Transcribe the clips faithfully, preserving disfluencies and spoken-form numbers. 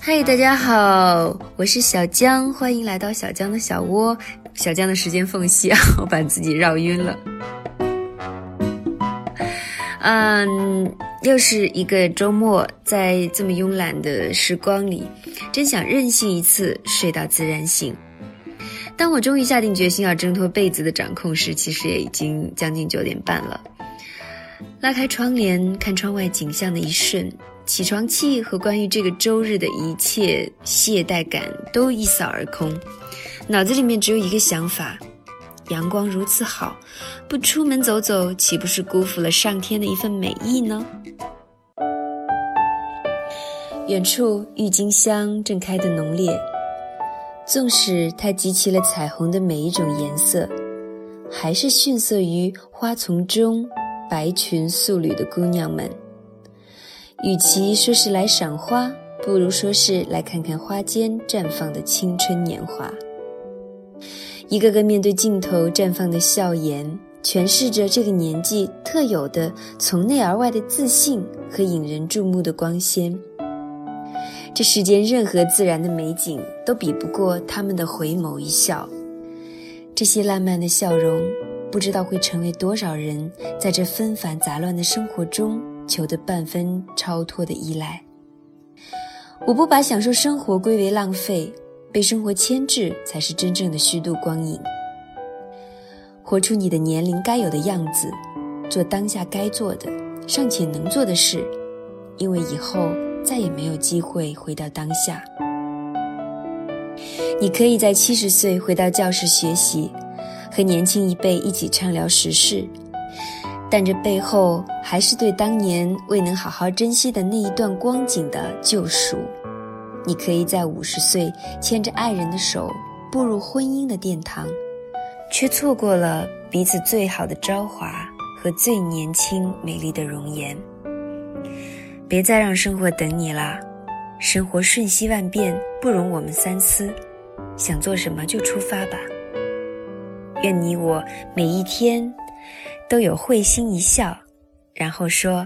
嘿，大家好，我是小江，欢迎来到小江的小窝。小江的时间缝隙啊，我把自己绕晕了。嗯，又是一个周末，在这么慵懒的时光里，真想任性一次，睡到自然醒。当我终于下定决心要挣脱被子的掌控时，其实也已经将近九点半了。拉开窗帘，看窗外景象的一瞬，起床气和关于这个周日的一切懈怠感都一扫而空，脑子里面只有一个想法：阳光如此好，不出门走走，岂不是辜负了上天的一份美意呢？远处郁金香正开得浓烈，纵使它集齐了彩虹的每一种颜色，还是逊色于花丛中白裙素履的姑娘们。与其说是来赏花，不如说是来看看花间绽放的青春年华。一个个面对镜头绽放的笑颜，诠释着这个年纪特有的从内而外的自信和引人注目的光鲜。这世间任何自然的美景都比不过他们的回眸一笑。这些烂漫的笑容，不知道会成为多少人在这纷繁杂乱的生活中求得半分超脱的依赖。我不把享受生活归为浪费，被生活牵制才是真正的虚度光阴。活出你的年龄该有的样子，做当下该做的尚且能做的事，因为以后再也没有机会回到当下。你可以在七十岁回到教室学习，和年轻一辈一起畅聊时事，但这背后还是对当年未能好好珍惜的那一段光景的救赎。你可以在五十岁牵着爱人的手步入婚姻的殿堂，却错过了彼此最好的朝华和最年轻美丽的容颜。别再让生活等你啦，生活瞬息万变，不容我们三思，想做什么就出发吧。愿你我每一天都有会心一笑，然后说：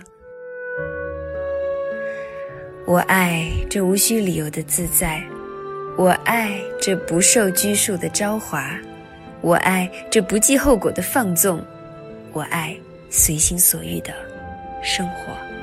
我爱这无需理由的自在，我爱这不受拘束的朝华，我爱这不计后果的放纵，我爱随心所欲的生活。